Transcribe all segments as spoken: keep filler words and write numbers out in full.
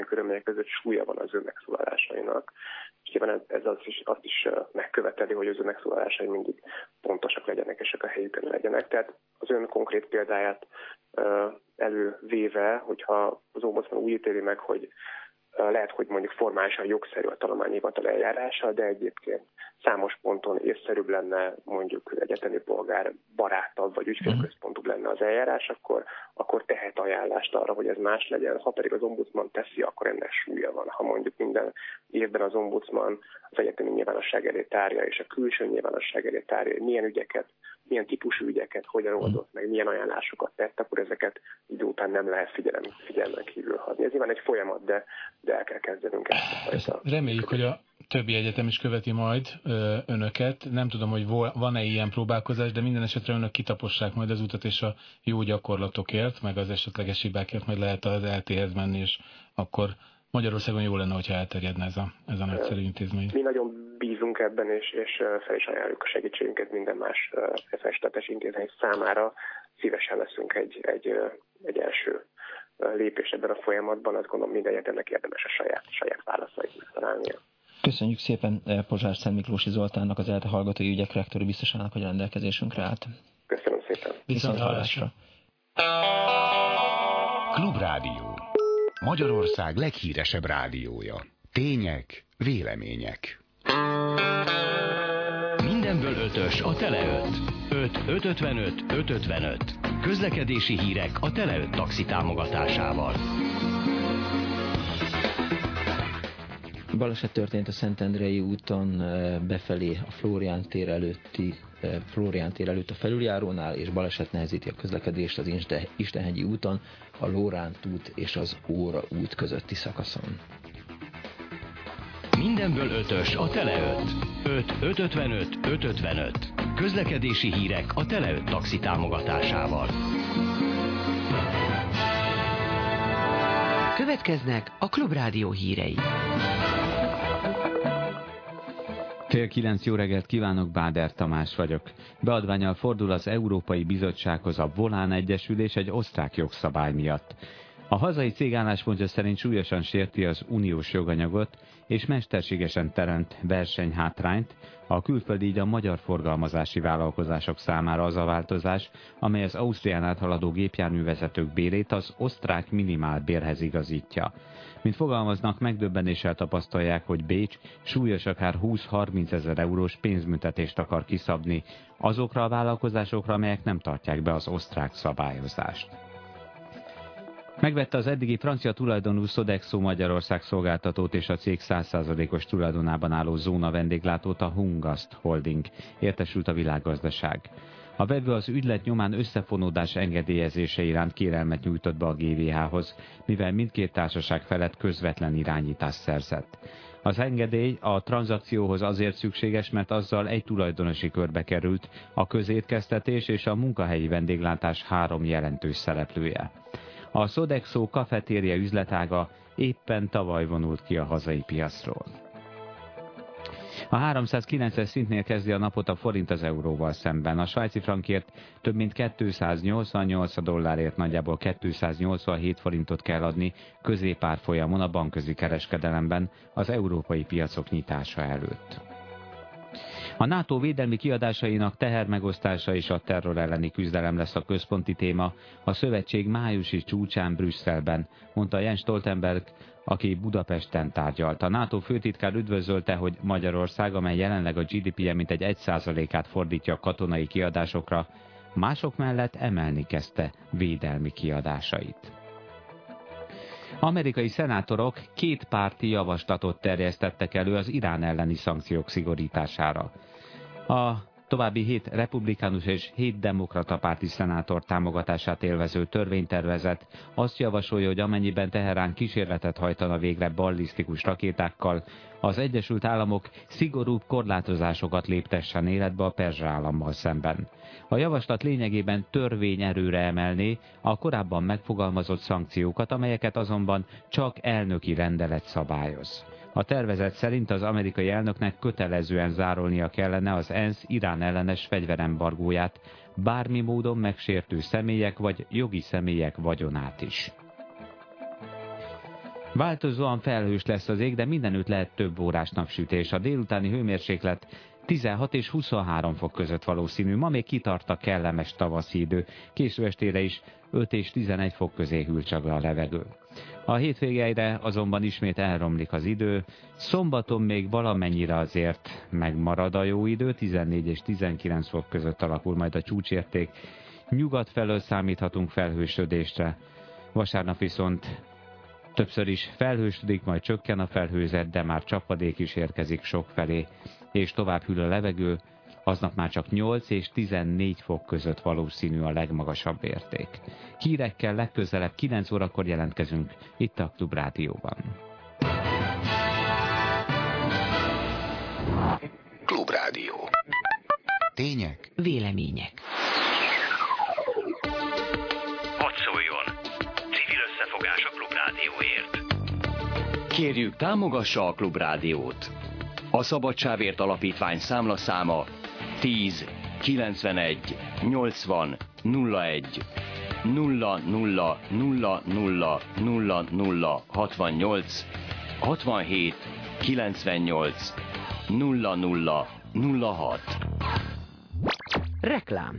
körülmények között súlya van az ő megszólalásainak. És nyilván ez az is, azt is megköveteli, hogy az ő megszólalásai mindig pontosak legyenek, és a helyükön legyenek. Tehát az ön konkrét példáját elővéve, hogyha az ombudsman úgy ítéli meg, hogy lehet, hogy mondjuk formálisan jogszerű a tanulmányhivatal eljárása, de egyébként számos ponton észszerűbb lenne, mondjuk egyetemi polgár barátabb vagy ügyfélközpontúbb lenne az eljárás, akkor, akkor tehet ajánlást arra, hogy ez más legyen. Ha pedig az ombudsman teszi, akkor ennek súlya van. Ha mondjuk minden évben az ombudsman az egyetemi nyilvánosság elé tárja, és a külső nyilvánosság elé tárja, hogy milyen ügyeket, milyen típusú ügyeket, hogyan oldott meg, milyen ajánlásokat tett, akkor ezeket idő után nem lehet figyelem, figyelmen kívül hagyni. Ez nyilván egy folyamat, de, de el kell kezdenünk ezt a... Reméljük, hogy a többi egyetem is követi majd ö, önöket. Nem tudom, hogy van-e ilyen próbálkozás, de minden esetre önök kitapossák majd az utat, és a jó gyakorlatokért, meg az esetleges hibákért majd lehet az é té-hez menni, és akkor Magyarországon jó lenne, hogyha elterjedne ez a, ez a nagyszerű intézmény. Mi nagyon bízunk ebben, és, és fel is ajánljuk a segítségünket minden más felsőoktatási intézmény számára. Szívesen leszünk egy, egy, egy első lépés ebben a folyamatban. Azt gondolom, minden egyetemnek érdemes a saját, saját válaszait megtalálnia. Köszönjük szépen Pozsár Szent Miklósi Zoltánnak, az ELTE hallgatói ügyek rektori biztosának, hogy a rendelkezésünkre állt. Köszönöm szépen. Viszont hallásra. Klubrádió. Magyarország leghíresebb rádiója. Tények, vélemények. Mindenből ötös a Tele öt. öt öt ötvenöt öt ötvenöt. Közlekedési hírek a Tele öt taxi támogatásával. Baleset történt a Szentendrei úton befelé a Flórián tér előtti Flórián tér előtt a felüljárónál, és baleset nehezíti a közlekedést az Istenhegyi úton, a Lóránt út és az Óra út közötti szakaszon. Mindenből ötös a Tele öt. öt öt ötvenöt öt ötvenöt. Közlekedési hírek a Tele öt taxi támogatásával. Következnek a Klubrádió hírei. Fél kilenc, jó reggelt kívánok, Báder Tamás vagyok. Beadvánnyal fordul az Európai Bizottsághoz a Volán Egyesülés egy osztrák jogszabály miatt. A hazai cég álláspontja szerint súlyosan sérti az uniós joganyagot, és mesterségesen teremt versenyhátrányt, a külföldi, így a magyar forgalmazási vállalkozások számára az a változás, amely az Ausztrián áthaladó gépjárművezetők bérét az osztrák minimálbérhez igazítja. Mint fogalmaznak, megdöbbenéssel tapasztalják, hogy Bécs súlyos akár húsz-harminc ezer eurós pénzbüntetést akar kiszabni azokra a vállalkozásokra, amelyek nem tartják be az osztrák szabályozást. Megvette az eddigi francia tulajdonú Sodexo Magyarország szolgáltatót és a cég száz százalékos tulajdonában álló zóna vendéglátót a Hungast Holding, értesült a Világgazdaság. A vevő az ügylet nyomán összefonódás engedélyezése iránt kérelmet nyújtott be a gé vé há-hoz, mivel mindkét társaság felett közvetlen irányítást szerzett. Az engedély a tranzakcióhoz azért szükséges, mert azzal egy tulajdonosi körbe került a közétkeztetés és a munkahelyi vendéglátás három jelentős szereplője. A Sodexo kafetéria üzletága éppen tavaly vonult ki a hazai piacról. A háromszázkilencves szintnél kezdi a napot a forint az euróval szemben. A svájci frankért több mint kétszáznyolcvannyolc dollárért nagyjából kétszáznyolcvanhét forintot kell adni középárfolyamon a bankközi kereskedelemben az európai piacok nyitása előtt. A NATO védelmi kiadásainak tehermegosztása és a terror elleni küzdelem lesz a központi téma a szövetség májusi csúcsán Brüsszelben, mondta Jens Stoltenberg, aki Budapesten tárgyalt. A NATO főtitkár üdvözölte, hogy Magyarország, amely jelenleg a gé dé pé-je mintegy egy százalékát fordítja a katonai kiadásokra, mások mellett emelni kezdte védelmi kiadásait. Amerikai szenátorok kétpárti javaslatot terjesztettek elő az Irán elleni szankciók szigorítására. A további hét republikánus és hét demokrata párti szenátor támogatását élvező törvénytervezet azt javasolja, hogy amennyiben Teherán kísérletet hajtana végre ballisztikus rakétákkal, az Egyesült Államok szigorúbb korlátozásokat léptessen életbe a Perzsa állammal szemben. A javaslat lényegében törvényerőre emelné a korábban megfogalmazott szankciókat, amelyeket azonban csak elnöki rendelet szabályoz. A tervezet szerint az amerikai elnöknek kötelezően zárolnia kellene az ENSZ Irán ellenes fegyverembargóját, bármi módon megsértő személyek vagy jogi személyek vagyonát is. Változóan felhős lesz az ég, de mindenütt lehet több órás napsütés. A délutáni hőmérséklet tizenhat és huszonhárom fok között valószínű. Ma még kitart a kellemes tavaszi idő. Késő estére is öt és tizenegy fok közé hűl csak a levegő. A hétvégére azonban ismét elromlik az idő. Szombaton még valamennyire azért megmarad a jó idő, tizennégy és tizenkilenc fok között alakul majd a csúcsérték. Nyugat felől számíthatunk felhősödésre. Vasárnap viszont többször is felhősödik, majd csökken a felhőzet, de már csapadék is érkezik sokfelé, és tovább hűl a levegő, aznap már csak nyolc és tizennégy fok között valószínű a legmagasabb érték. Hírekkel legközelebb kilenc órakor jelentkezünk itt a Klubrádióban. Klubrádió. Tények. Vélemények. Hadd szóljon! Civil összefogás a Klubrádióért. Kérjük, támogassa a Klubrádiót. A Szabadságért Alapítvány számlaszáma tíz kilencvenegy nyolcvan nulla egy nulla nulla nulla nulla nulla nulla hatvannyolc hatvanhét kilencvennyolc nulla nulla nulla hat. Reklám.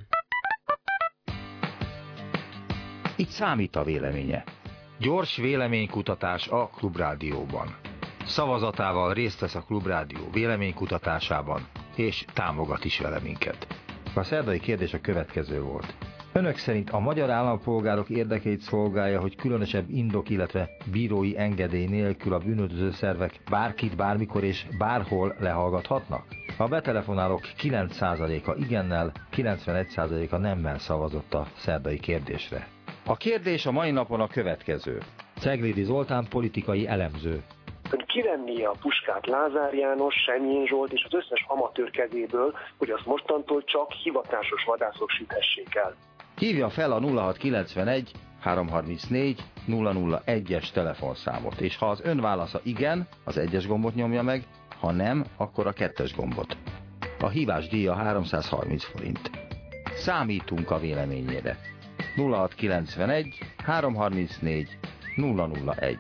Itt számít a véleménye. Gyors véleménykutatás a Klubrádióban. Szavazatával részt vesz a Klubrádió véleménykutatásában, és támogat is vele minket. A szerdai kérdés a következő volt. Önök szerint a magyar állampolgárok érdekeit szolgálja, hogy különösebb indok, illetve bírói engedély nélkül a bűnöldöző szervek bárkit, bármikor és bárhol lehallgathatnak? A betelefonálók kilenc százaléka igennel, kilencvenegy százaléka nemmel szavazott a szerdai kérdésre. A kérdés a mai napon a következő. Ceglédi Zoltán politikai elemző. Ön kivennie a puskát Lázár János, Semjén Zsolt és az összes amatőr kezéből, hogy azt mostantól csak hivatásos vadászok süthessék el. Hívja fel a nulla hat kilencvenegy háromszázharmincnégy nulla nulla egyes telefonszámot, és ha az ön válasza igen, az egyes gombot nyomja meg, ha nem, akkor a kettes gombot. A hívás díja háromszázharminc forint. Számítunk a véleményére. nulla hat kilencvenegy háromszázharmincnégy nulla nulla egy.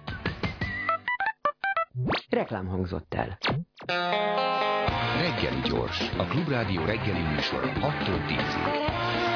Reklám hangzott el. Reggeli gyors. A Klubrádió reggeli műsor hattól tízig.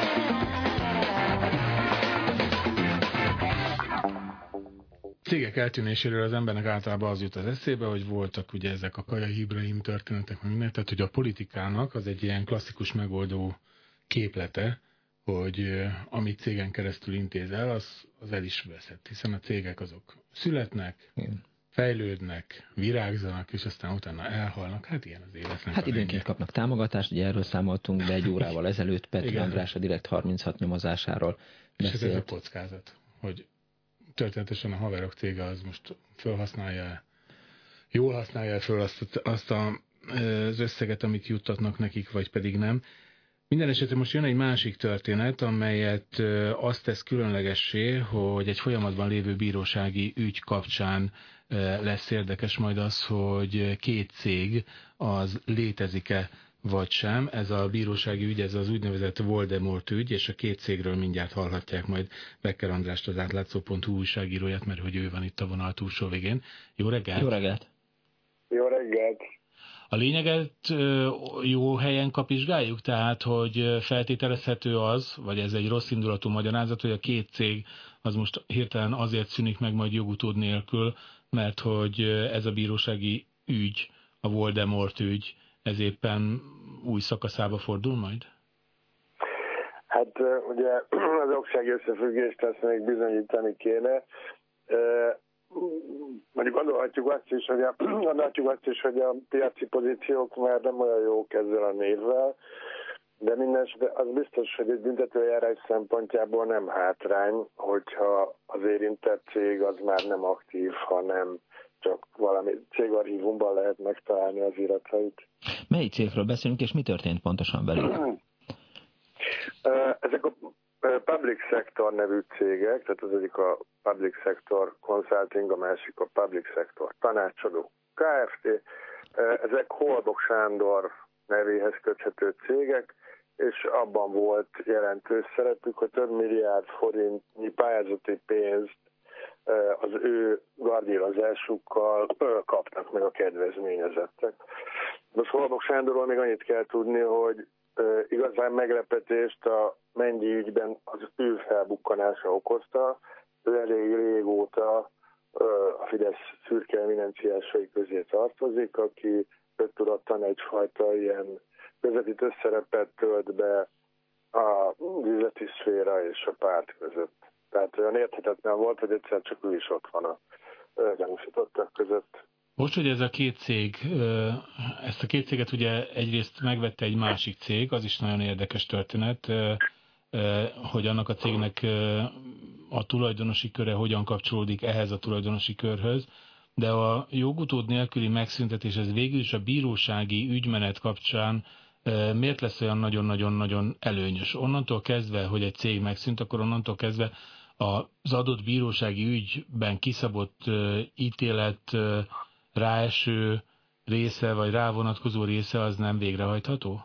Cégek eltűnéséről az embernek általában az jut az eszébe, hogy voltak ugye ezek a Kaja Ibrahim történetek, meg minden, tehát hogy a politikának az egy ilyen klasszikus megoldó képlete, hogy amit cégen keresztül intéz el, az, az el is veszett, hiszen a cégek azok születnek, igen, fejlődnek, virágzanak, és aztán utána elhalnak. Hát ilyen az életnek. Hát időnként kapnak támogatást, ugye erről számoltunk be egy órával ezelőtt Petri András a Direkt harminchat nyomozásáról beszélt. És ez a kockázat, hogy történetesen a haverok cége az most felhasználja, jól használja föl azt, azt a, az összeget, amit juttatnak nekik, vagy pedig nem. Minden esetre most jön egy másik történet, amelyet azt tesz különlegessé, hogy egy folyamatban lévő bírósági ügy kapcsán lesz érdekes majd az, hogy két cég az létezik-e vagy sem. Ez a bírósági ügy, ez az úgynevezett Voldemort ügy, és a két cégről mindjárt hallhatják majd Becker Andrást, az átlátszó pont hu újságíróját, mert hogy ő van itt a vonal túlsó végén. Jó reggelt! Jó reggelt! Jó reggelt! A lényeget jó helyen kapizsgáljuk, tehát, hogy feltételezhető az, vagy ez egy rossz indulatú magyarázat, hogy a két cég az most hirtelen azért szűnik meg majd jogutód nélkül, mert hogy ez a bírósági ügy, a Voldemort ügy, ez éppen új szakaszába fordul majd? Hát ugye az oksági összefüggést ezt még bizonyítani kéne. Mondjuk gondolhatjuk azt is, hogy a, gondolhatjuk azt is, hogy a piaci pozíciók már nem olyan jók ezzel a névvel, de mindenesetre az biztos, hogy egy büntetőjárás szempontjából nem hátrány, hogyha az érintett cég az már nem aktív, hanem csak valami cégarchívumban lehet megtalálni az iratait. Melyik cégről beszélünk, és mi történt pontosan velük? Ezek a public sector nevű cégek, tehát az egyik a public sector consulting, a másik a public sector tanácsadó Kft. Ezek Holbok Sándor nevéhez köthető cégek, és abban volt jelentős szerepük, hogy több milliárd forintnyi pályázati pénzt az ő gardírozásukkal kapnak meg a kedvezményezettek. Most Holmok Sándorról még annyit kell tudni, hogy igazán meglepetést a Mennyi ügyben az ő felbukkanása okozta. Ő elég régóta a Fidesz szürke eminenciásai közé tartozik, aki köztudottan egyfajta ilyen közvetítő szerepet tölt be a üzleti szféra és a párt között. Tehát olyan érthetetlen volt, hogy egyszer csak ő is ott van a gyanúsítottak között. Most, hogy ez a két cég, ezt a két céget ugye egyrészt megvette egy másik cég, az is nagyon érdekes történet, hogy annak a cégnek a tulajdonosi köre hogyan kapcsolódik ehhez a tulajdonosi körhöz, de a jogutód nélküli megszüntetés, ez végül is a bírósági ügymenet kapcsán miért lesz olyan nagyon-nagyon-nagyon előnyös? Onnantól kezdve, hogy egy cég megszűnt, akkor onnantól kezdve az adott bírósági ügyben kiszabott ítélet ráeső része, vagy rávonatkozó része az nem végrehajtható?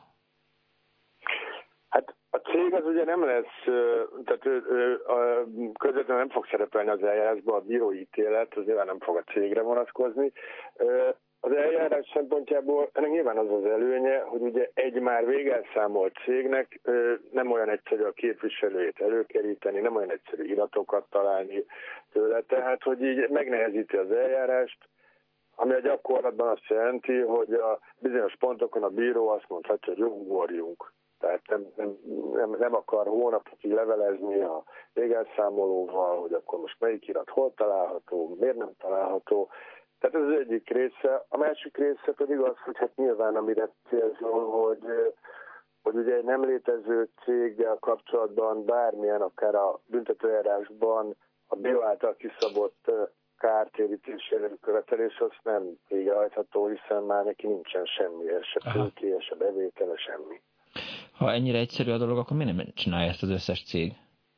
Hát a cég az ugye nem lesz, tehát közvetlenül nem fog szerepelni az eljárásban, a bírói ítélet, az nyilván nem fog a cégre vonatkozni. Az eljárás szempontjából ennek nyilván az az előnye, hogy ugye egy már végelszámolt cégnek nem olyan egyszerű a képviselőjét előkeríteni, nem olyan egyszerű iratokat találni tőle, tehát hogy így megnehezíti az eljárást, ami a gyakorlatban azt jelenti, hogy a bizonyos pontokon a bíró azt mondhatja, hogy ugorjunk. Tehát nem, nem, nem, nem akar hónapokig levelezni a végelszámolóval, hogy akkor most melyik irat hol található, miért nem található. Tehát ez az egyik része. A másik része pedig az, hogy hát nyilván amire célzol, hogy, hogy ugye egy nem létező céggel kapcsolatban bármilyen, akár a büntetőeljárásban a bíró által kiszabott kártérítési követelés, az nem végrehajtható, hiszen már neki nincsen semmi, se tőkéje, se bevétele, semmi. Ha ennyire egyszerű a dolog, akkor miért nem csinálja ezt az összes cég?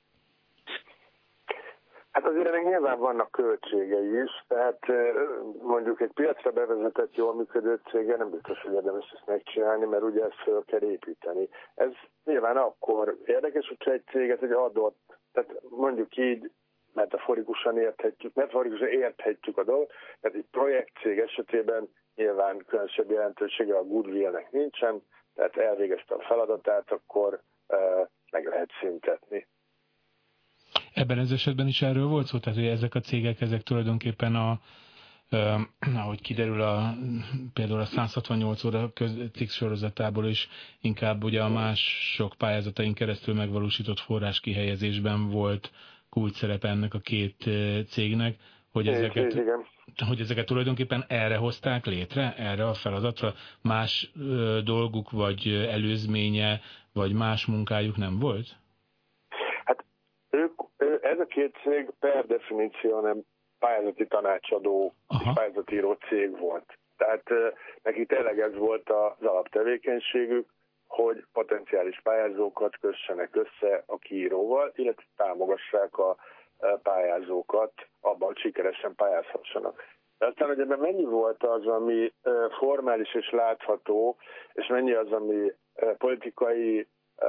Hát azért ennek nyilván vannak költségei is, tehát mondjuk egy piacra bevezetett, jól működő céggel nem biztos, hogy érdemes ezt megcsinálni, mert ugye ezt föl kell építeni. Ez nyilván akkor érdekes, hogyha egy céget egy adott, tehát mondjuk így, metaforikusan érthetjük, metaforikusan érthetjük a dolgot, tehát egy projektcég esetében nyilván különösebb jelentősége a goodwillnek nincsen, tehát elvégezte a feladatát, akkor uh, meg lehet szüntetni. Ebben az esetben is erről volt szó, tehát hogy ezek a cégek, ezek tulajdonképpen a, uh, ahogy kiderül a, például a száz hatvannyolc óra cikk sorozatából is, inkább ugye a mások pályázatain keresztül megvalósított forrás kihelyezésben volt kulcs szerepe ennek a két cégnek, hogy ezeket, hogy ezeket tulajdonképpen erre hozták létre, erre a feladatra, más ö, dolguk, vagy előzménye, vagy más munkájuk nem volt? Hát ők, ez a két cég per definíció nem pályázati tanácsadó, és pályázatíró cég volt. Tehát nekik tényleg ez volt az alaptevékenységük, hogy potenciális pályázókat kössenek össze a kiíróval, illetve támogassák a pályázókat abban, hogy sikeresen pályázhassanak. De aztán, hogy ebben mennyi volt az, ami formális és látható, és mennyi az, ami politikai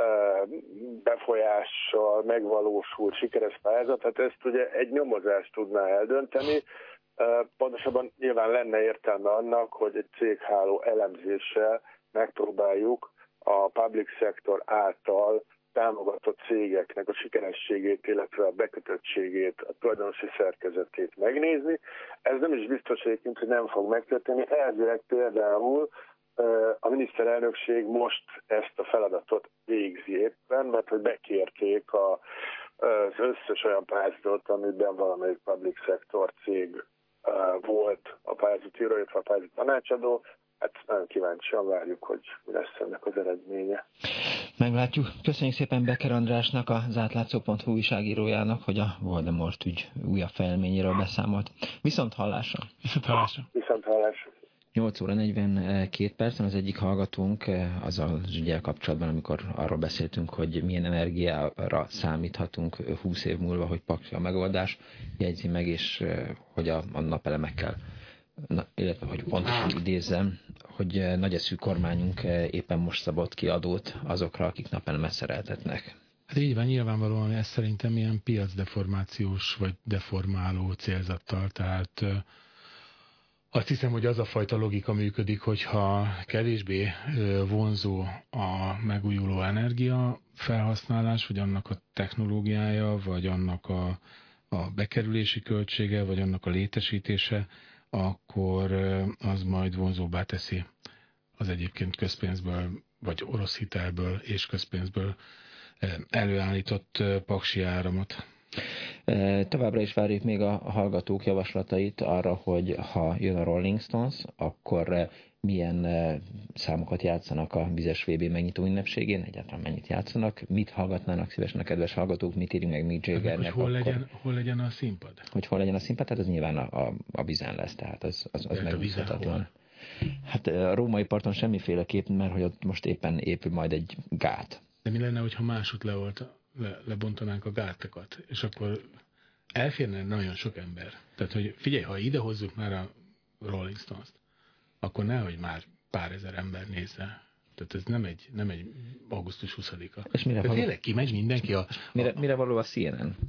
befolyással megvalósult sikeres pályázat, hát ezt ugye egy nyomozás tudná eldönteni. Pontosabban nyilván lenne értelme annak, hogy egy cégháló elemzéssel megpróbáljuk a public sector által támogatott cégeknek a sikerességét, illetve a bekötöttségét, a tulajdonosi szerkezetét megnézni. Ez nem is biztos egyébként, hogy nem fog megtörténni. Elvileg például a miniszterelnökség most ezt a feladatot végzi éppen, mert hogy bekérték a, az összes olyan pályázatot, amiben valamelyik public sector cég volt a pályázatíró, illetve a pályázat tanácsadó. Hát nagyon kíváncsian várjuk, hogy mi lesz ennek az eredménye. Meglátjuk. Köszönjük szépen Becker Andrásnak, az átlátszó pont hu újságírójának, hogy a Voldemort ügy újabb fejleményéről beszámolt. Viszont hallásra! Viszont hallásra! Viszont hallásra! nyolc óra negyvenkét percen az egyik hallgatónk azzal az ügyel kapcsolatban, amikor arról beszéltünk, hogy milyen energiára számíthatunk húsz év múlva, hogy pakli a megoldás, jegyzi meg, és hogy a, a napelemekkel, na, illetve hogy pontosan idézzem, hogy nagy eszű kormányunk éppen most szabott ki adót azokra, akik napelemet szereltetnek. Hát így van, nyilvánvalóan ez szerintem ilyen piacdeformációs vagy deformáló célzattal, tehát azt hiszem, hogy az a fajta logika működik, hogyha kevésbé vonzó a megújuló energia felhasználás, vagy annak a technológiája, vagy annak a, a bekerülési költsége, vagy annak a létesítése, akkor az majd vonzóbbá teszi az egyébként közpénzből, vagy orosz hitelből és közpénzből előállított paksi áramot. Továbbra is várjuk még a hallgatók javaslatait arra, hogy ha jön a Rolling Stones, akkor milyen számokat játszanak a vizes vé bé megnyitó ünnepségén, egyáltalán mennyit játszanak, mit hallgatnának szívesen a kedves hallgatók, mit írjunk meg Mick Jaggernek. Hogy hol legyen, hol legyen a színpad? Hogy hol legyen a színpad, tehát az nyilván a, a, a vizen lesz, tehát az, az, az megbízhatatlan. Hát a római parton semmiféleképp, mert hogy ott most éppen épül majd egy gát. De mi lenne, hogyha másút leolt, le, lebontanánk a gátakat, és akkor elférne nagyon sok ember. Tehát, hogy figyelj, ha ide hozzuk már a Rolling Stones-t, akkor nehogy már pár ezer ember nézze. Tehát ez nem egy, nem egy augusztus huszadika. És mire való... tényleg kimegy mindenki a... Mire, a... mire való a cé en en?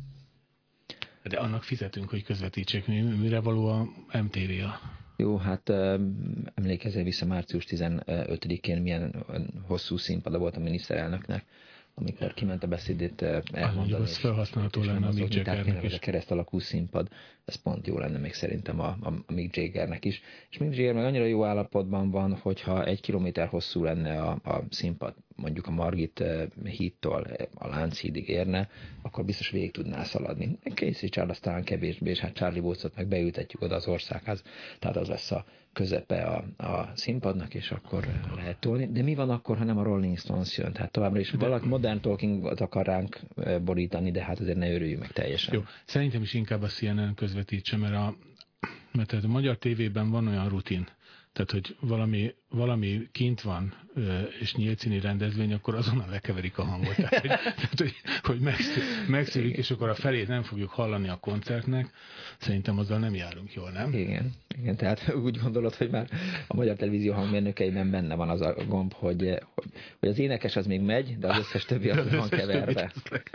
De annak fizetünk, hogy közvetítsék. Mire való a em té vé a... Jó, hát emlékezzel vissza március tizenötödikén milyen hosszú színpada volt a miniszterelnöknek, amikor kiment a beszédét elmondani. Az felhasználható lenne a Mick Jaggernek is. A kereszt alakú színpad, ez pont jó lenne még szerintem a, a Mick Jaggernek is. És Mick Jagger meg annyira jó állapotban van, hogyha egy kilométer hosszú lenne a, a színpad, mondjuk a Margit hídtól a Lánchídig érne, akkor biztos végig tudná szaladni. Casey Charles talán kevésbé, és hát Charlie Wattsot meg beültetjük oda az országhoz, tehát az lesz a közepe a, a színpadnak, és akkor lehet tolni. De mi van akkor, ha nem a Rolling Stones jön? Tehát továbbra is valaki modern talkingot akar ránk borítani, de hát azért ne örüljünk meg teljesen. Jó, szerintem is inkább a cé en en közvetítse, mert a, mert a magyar tévében van olyan rutin, tehát, hogy valami, valami kint van, és nyílt színi rendezvény, akkor azonnal lekeverik a hangot. Tehát, hogy, tehát, hogy, hogy megszűnik, és akkor a felét nem fogjuk hallani a koncertnek. Szerintem azzal nem járunk jól, nem? Igen, igen, tehát úgy gondolod, hogy már a magyar televízió hangmérnökeiben benne van az a gomb, hogy, hogy az énekes az még megy, de az összes többi az van keverve.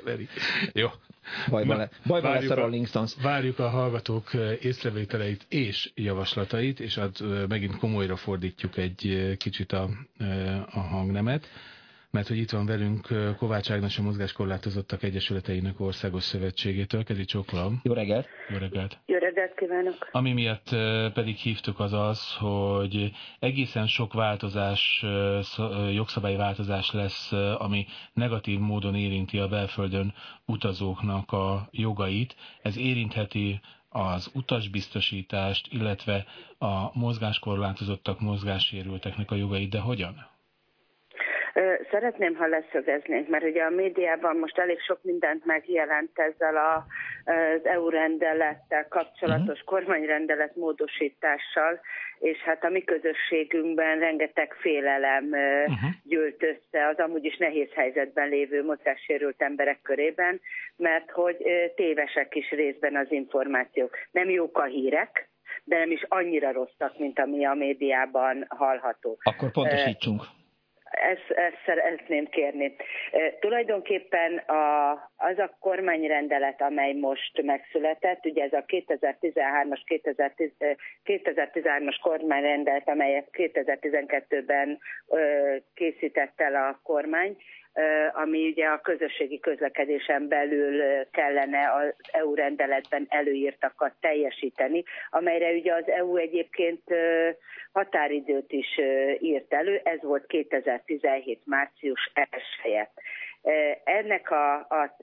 Jó. Bajban, le, bajban lesz a Rolling Stones. Várjuk a hallgatók észrevételeit és javaslatait, és az megint komolyra fordítjuk egy kicsit a, a hangnemet, mert hogy itt van velünk Kovács Ágnes, a Mozgáskorlátozottak Egyesületeinek Országos Szövetségétől. Kezi csókolom. Jó reggelt! Jó reggelt! Jó reggelt kívánok! Ami miatt pedig hívtuk az az, hogy egészen sok változás, jogszabályváltozás lesz, ami negatív módon érinti a belföldön utazóknak a jogait. Ez érintheti az utasbiztosítást, illetve a mozgáskorlátozottak, mozgássérülteknek a jogait, de hogyan? Szeretném, ha leszögeznénk, mert ugye a médiában most elég sok mindent megjelent ezzel a, az é u-rendelettel kapcsolatos uh-huh. kormányrendelet módosítással, és hát a mi közösségünkben rengeteg félelem uh-huh. gyűlt össze az amúgy is nehéz helyzetben lévő mozgássérült emberek körében, mert hogy tévesek is részben az információk. Nem jók a hírek, de nem is annyira rosszak, mint ami a médiában hallható. Akkor pontosítsunk. Ezt, ezt szeretném kérni. E, tulajdonképpen a, az a kormányrendelet, amely most megszületett, ugye ez a kétezer-tizenhármas, kétezer-tizenhármas kormányrendelet, amelyet kétezer-tizenkettőben ö, készített el a kormány, ami ugye a közösségi közlekedésen belül kellene az é u-rendeletben előírtakat teljesíteni, amelyre ugye az é u egyébként határidőt is írt elő, ez volt kétezer-tizenhét március elsője. Ennek a, a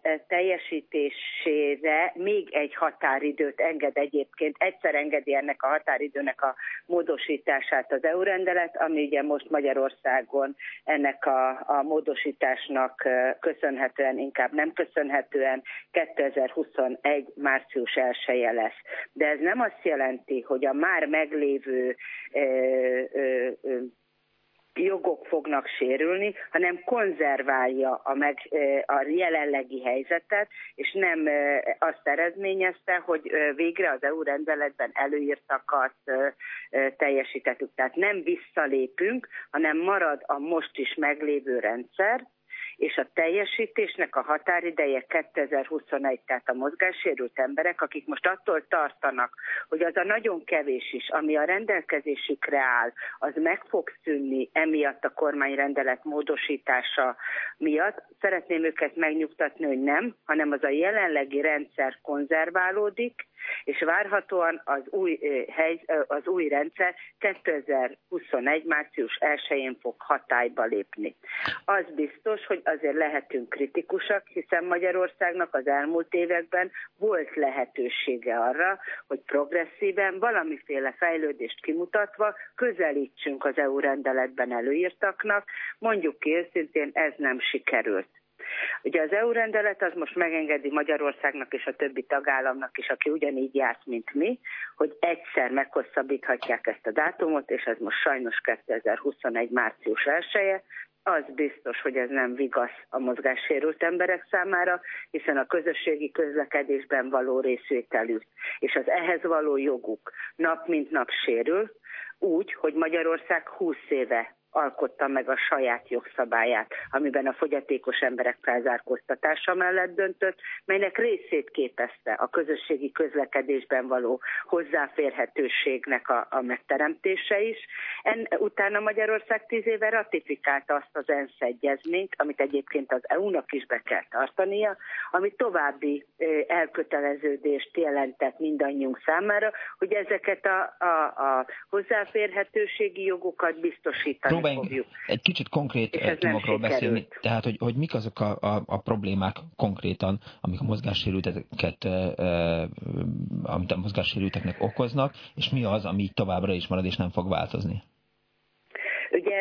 teljesítésére még egy határidőt enged egyébként, egyszer engedi ennek a határidőnek a módosítását az é u-rendelet, ami ugye most Magyarországon ennek a, a módosításnak köszönhetően, inkább nem köszönhetően kétezer-huszonegy március elsője lesz. De ez nem azt jelenti, hogy a már meglévő ö, ö, ö, jogok fognak sérülni, hanem konzerválja a, meg, a jelenlegi helyzetet, és nem azt eredményezte, hogy végre az é u-rendeletben előírtakat teljesítettük. Tehát nem visszalépünk, hanem marad a most is meglévő rendszer, és a teljesítésnek a határideje kétezer-huszonegy, tehát a mozgássérült emberek, akik most attól tartanak, hogy az a nagyon kevés is, ami a rendelkezésükre áll, az meg fog szűnni emiatt a kormányrendelet módosítása miatt. Szeretném őket megnyugtatni, hogy nem, hanem az a jelenlegi rendszer konzerválódik, és várhatóan az új, hely, az új rendszer kétezer-huszonegy. március elsején fog hatályba lépni. Az biztos, hogy azért lehetünk kritikusak, hiszen Magyarországnak az elmúlt években volt lehetősége arra, hogy progresszíven, valamiféle fejlődést kimutatva közelítsünk az é u rendeletben előírtaknak. Mondjuk ki őszintén, ez nem sikerült. Ugye az é u rendelet az most megengedi Magyarországnak és a többi tagállamnak is, aki ugyanígy járt, mint mi, hogy egyszer meghosszabbíthatják ezt a dátumot, és ez most sajnos kétezer-huszonegy. március elseje. Az biztos, hogy ez nem vigasz a mozgássérült emberek számára, hiszen a közösségi közlekedésben való részvételük és az ehhez való joguk nap mint nap sérül, úgy, hogy Magyarország húsz éve alkotta meg a saját jogszabályát, amiben a fogyatékos emberek felzárkóztatása mellett döntött, melynek részét képezte a közösségi közlekedésben való hozzáférhetőségnek a, a megteremtése is. En, utána Magyarország tíz éve ratifikálta azt az ENSZ egyezményt, amit egyébként az é u-nak is be kell tartania, ami további elköteleződést jelentett mindannyiunk számára, hogy ezeket a, a, a hozzáférhetőségi jogokat biztosítani. Próbáljunk egy kicsit konkrét témákról beszélni, tehát hogy, hogy mik azok a, a, a problémák konkrétan, amik a mozgássérülteket, amit a mozgássérülteknek okoznak, és mi az, ami továbbra is marad és nem fog változni? Ugye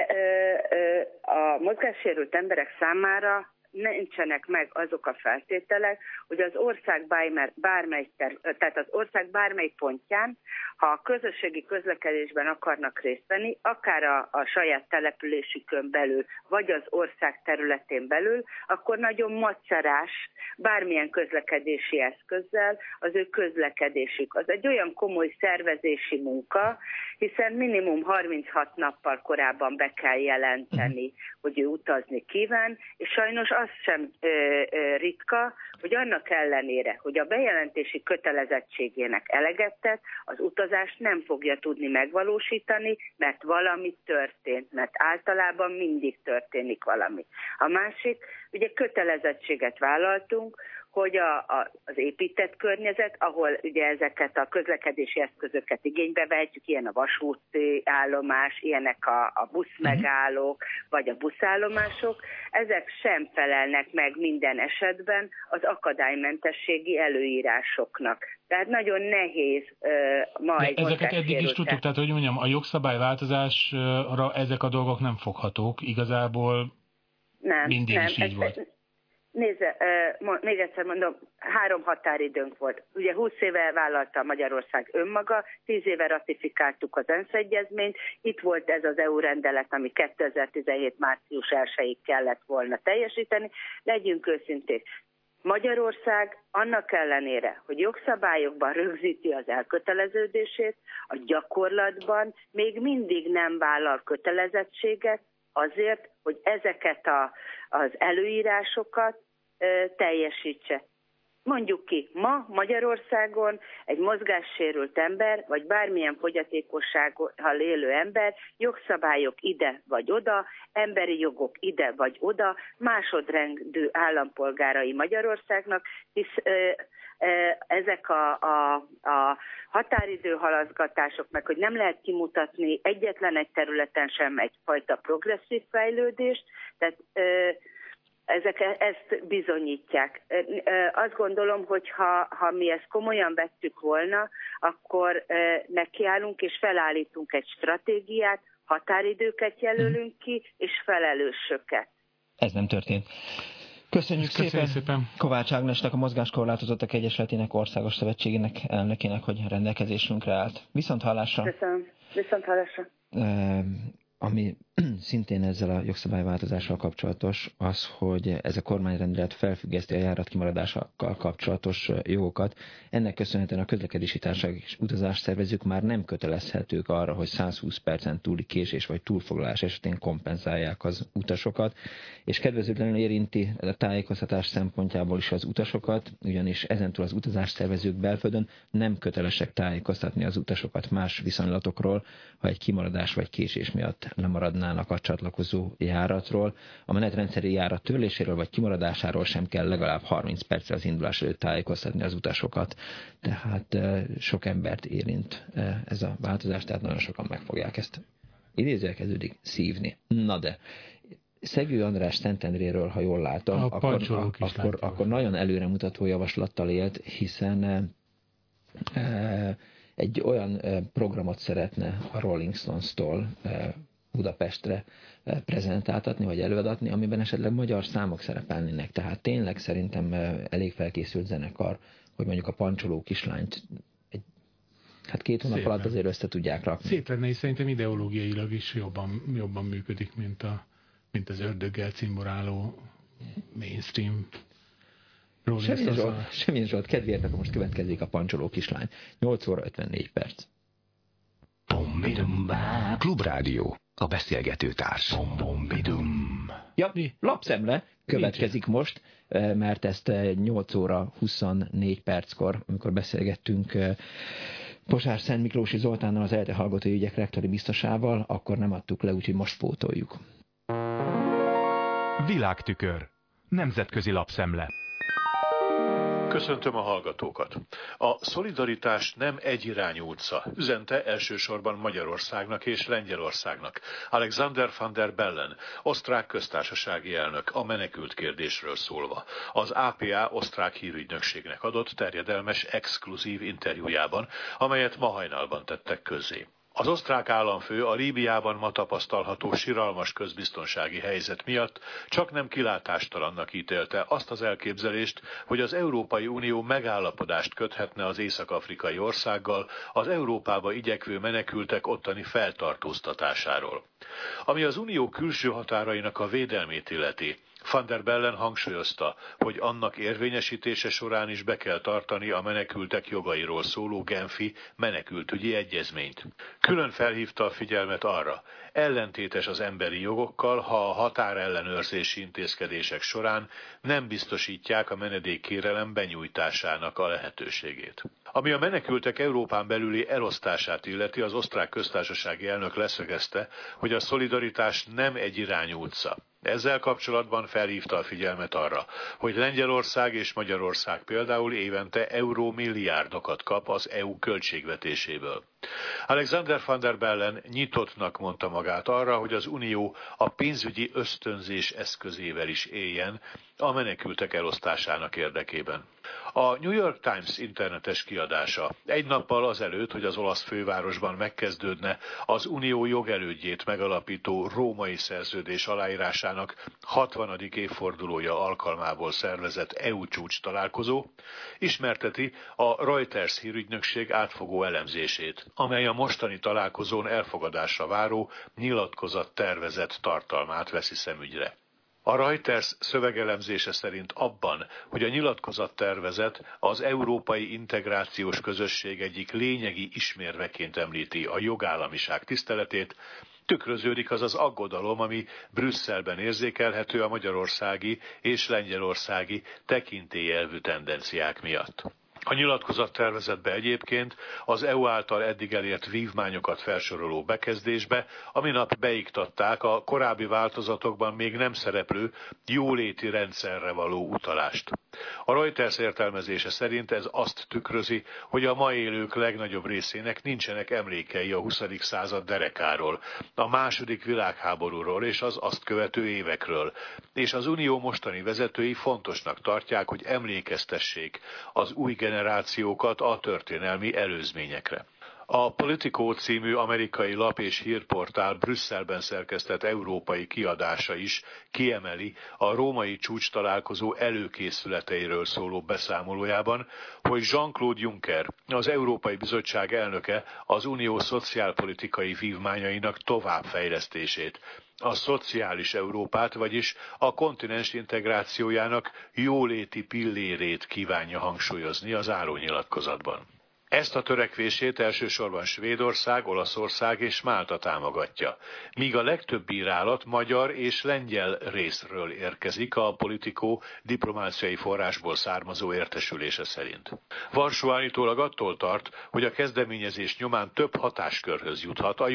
a mozgássérült emberek számára nincsenek meg azok a feltételek, hogy az ország bármely, tehát az ország bármely pontján, ha a közösségi közlekedésben akarnak részt venni, akár a, a saját településükön belül, vagy az ország területén belül, akkor nagyon macerás bármilyen közlekedési eszközzel az ő közlekedésük. Az egy olyan komoly szervezési munka, hiszen minimum harminchat nappal korábban be kell jelenteni, hogy ő utazni kíván, és sajnos az sem ö, ö, ritka, hogy annak ellenére, hogy a bejelentési kötelezettségének eleget tett, az utazást nem fogja tudni megvalósítani, mert valami történt, mert általában mindig történik valami. A másik, ugye kötelezettséget vállaltunk, hogy a, a, az épített környezet, ahol ugye ezeket a közlekedési eszközöket igénybe vehetjük, ilyen a vasúti állomás, ilyenek a, a buszmegállók, vagy a buszállomások, ezek sem felelnek meg minden esetben az akadálymentességi előírásoknak. Tehát nagyon nehéz uh, majd... De ezeket eddig is tudtuk, tehát hogy mondjam, a jogszabályváltozásra ezek a dolgok nem foghatók, igazából nem, mindig nem, is így ez, volt. Nézze, uh, még egyszer mondom, három határidőnk volt. Ugye húsz éve vállalta Magyarország önmaga, tíz éve ratifikáltuk az ENSZ egyezményt, itt volt ez az é u rendelet, ami kétezer-tizenhét. március elsejéig kellett volna teljesíteni. Legyünk őszinték, Magyarország annak ellenére, hogy jogszabályokban rögzíti az elköteleződését, a gyakorlatban még mindig nem vállal kötelezettséget azért, hogy ezeket a, az előírásokat ö, teljesítse. Mondjuk ki, ma Magyarországon egy mozgássérült ember, vagy bármilyen fogyatékossággal élő ember, jogszabályok ide vagy oda, emberi jogok ide vagy oda, másodrendű állampolgárai Magyarországnak, hisz ö, ö, ezek a, a, a határidőhalaszgatások, meg hogy nem lehet kimutatni egyetlen egy területen sem egyfajta progresszív fejlődést, tehát ö, ezek ezt bizonyítják. Azt gondolom, hogy ha, ha mi ezt komolyan vettük volna, akkor nekiállunk és felállítunk egy stratégiát, határidőket jelölünk ki, és felelősöket. Ez nem történt. Köszönjük szépen, szépen Kovács Ágnesnek, a Mozgáskorlátozottak Egyesületének Országos Szövetségének elnökének, hogy rendelkezésünkre állt. Viszont hallásra. Köszönöm. Viszont hallásra. Ami szintén ezzel a jogszabályváltozással kapcsolatos, az, hogy ez a kormányrendelet felfüggeszti a járat kimaradásokkal kapcsolatos jogokat. Ennek köszönhetően a közlekedési társaságok és utazásszervezők már nem kötelezhetők arra, hogy száz húsz percen túli késés vagy túlfoglalás esetén kompenzálják az utasokat, és kedvezőtlenül érinti a tájékoztatás szempontjából is az utasokat, ugyanis ezentúl az utazásszervezők belföldön nem kötelesek tájékoztatni az utasokat más viszonylatokról, ha egy kimaradás vagy késés miatt lemaradnának a csatlakozó járatról. A menetrendszeri járat törléséről vagy kimaradásáról sem kell legalább harminc perccel az indulás előtt tájékoztatni az utasokat. Tehát sok embert érint ez a változás, tehát nagyon sokan meg fogják ezt idézőjelkeződik szívni. Na de, Szegő András Szentendréről, ha jól látom, akkor, akkor, akkor nagyon előremutató javaslattal élt, hiszen e, egy olyan programot szeretne a Rolling Stones-tól Budapestre prezentáltatni, vagy előadatni, amiben esetleg magyar számok szerepelnének. Tehát tényleg szerintem elég felkészült zenekar, hogy mondjuk a Pancsoló kislányt egy, hát két hónap alatt azért össze tudják rakni. Szép lenne, és szerintem ideológiailag is jobban, jobban működik, mint, a, mint az ördöggel cimboráló mainstream. Semmilyen Zsolt, semmilyen Zsolt, kedvéért, akkor most következik a Pancsoló kislány. nyolc óra ötvennégy perc. Klubrádió, a beszélgető társ. Ja, lapszemle következik most, mert ezt nyolc óra huszonnégy perckor, amikor beszélgettünk Posár Szent Miklósi Zoltánnal, az ELTE hallgatói ügyek rektori biztosával, akkor nem adtuk le, úgyhogy most pótoljuk. Világtükör. Nemzetközi lapszemle. Köszöntöm a hallgatókat. A szolidaritás nem egyirányú utca, üzente elsősorban Magyarországnak és Lengyelországnak. Alexander van der Bellen, osztrák köztársasági elnök, a menekült kérdésről szólva. Az á pé á osztrák hírügynökségnek adott terjedelmes, exkluzív interjújában, amelyet ma hajnalban tettek közzé. Az osztrák államfő a Líbiában ma tapasztalható siralmas közbiztonsági helyzet miatt csak nem kilátástalannak ítélte azt az elképzelést, hogy az Európai Unió megállapodást köthetne az észak-afrikai országgal az Európába igyekvő menekültek ottani feltartóztatásáról. Ami az Unió külső határainak a védelmét illeti, Van der Bellen hangsúlyozta, hogy annak érvényesítése során is be kell tartani a menekültek jogairól szóló genfi menekültügyi egyezményt. Külön felhívta a figyelmet arra, ellentétes az emberi jogokkal, ha a határellenőrzési intézkedések során nem biztosítják a menedékkérelem benyújtásának a lehetőségét. Ami a menekültek Európán belüli elosztását illeti, az osztrák köztársasági elnök leszögezte, hogy a szolidaritás nem egyirányú utca. Ezzel kapcsolatban felhívta a figyelmet arra, hogy Lengyelország és Magyarország például évente eurómilliárdokat kap az é u költségvetéséből. Alexander van der Bellen nyitottnak mondta magát arra, hogy az Unió a pénzügyi ösztönzés eszközével is éljen a menekültek elosztásának érdekében. A New York Times internetes kiadása egy nappal azelőtt, hogy az olasz fővárosban megkezdődne az Unió jogelődjét megalapító római szerződés aláírásának hatvanadik évfordulója alkalmából szervezett é u csúcs találkozó, ismerteti a Reuters hírügynökség átfogó elemzését, amely a mostani találkozón elfogadásra váró nyilatkozat tervezett tartalmát veszi szemügyre. A Reuters szövegelemzése szerint abban, hogy a nyilatkozattervezet az európai integrációs közösség egyik lényegi ismérveként említi a jogállamiság tiszteletét, tükröződik az az aggodalom, ami Brüsszelben érzékelhető a magyarországi és lengyelországi tekintélyelvű tendenciák miatt. A nyilatkozattervezetbe egyébként az é u által eddig elért vívmányokat felsoroló bekezdésbe a minap beiktatták a korábbi változatokban még nem szereplő jóléti rendszerre való utalást. A Reuters értelmezése szerint ez azt tükrözi, hogy a ma élők legnagyobb részének nincsenek emlékei a huszadik század derekáról, a második világháborúról és az azt követő évekről, és az Unió mostani vezetői fontosnak tartják, hogy emlékeztessék az új generációkat a történelmi előzményekre. A Politico című amerikai lap és hírportál Brüsszelben szerkesztett európai kiadása is kiemeli a római csúcstalálkozó előkészületeiről szóló beszámolójában, hogy Jean-Claude Juncker, az Európai Bizottság elnöke az unió szociálpolitikai vívmányainak továbbfejlesztését, a szociális Európát, vagyis a kontinens integrációjának jóléti pillérét kívánja hangsúlyozni az zárónyilatkozatban. Ezt a törekvését elsősorban Svédország, Olaszország és Málta támogatja, míg a legtöbb bírálat magyar és lengyel részről érkezik a Politico diplomáciai forrásból származó értesülése szerint. Varsó állítólag attól tart, hogy a kezdeményezés nyomán több hatáskörhöz juthat a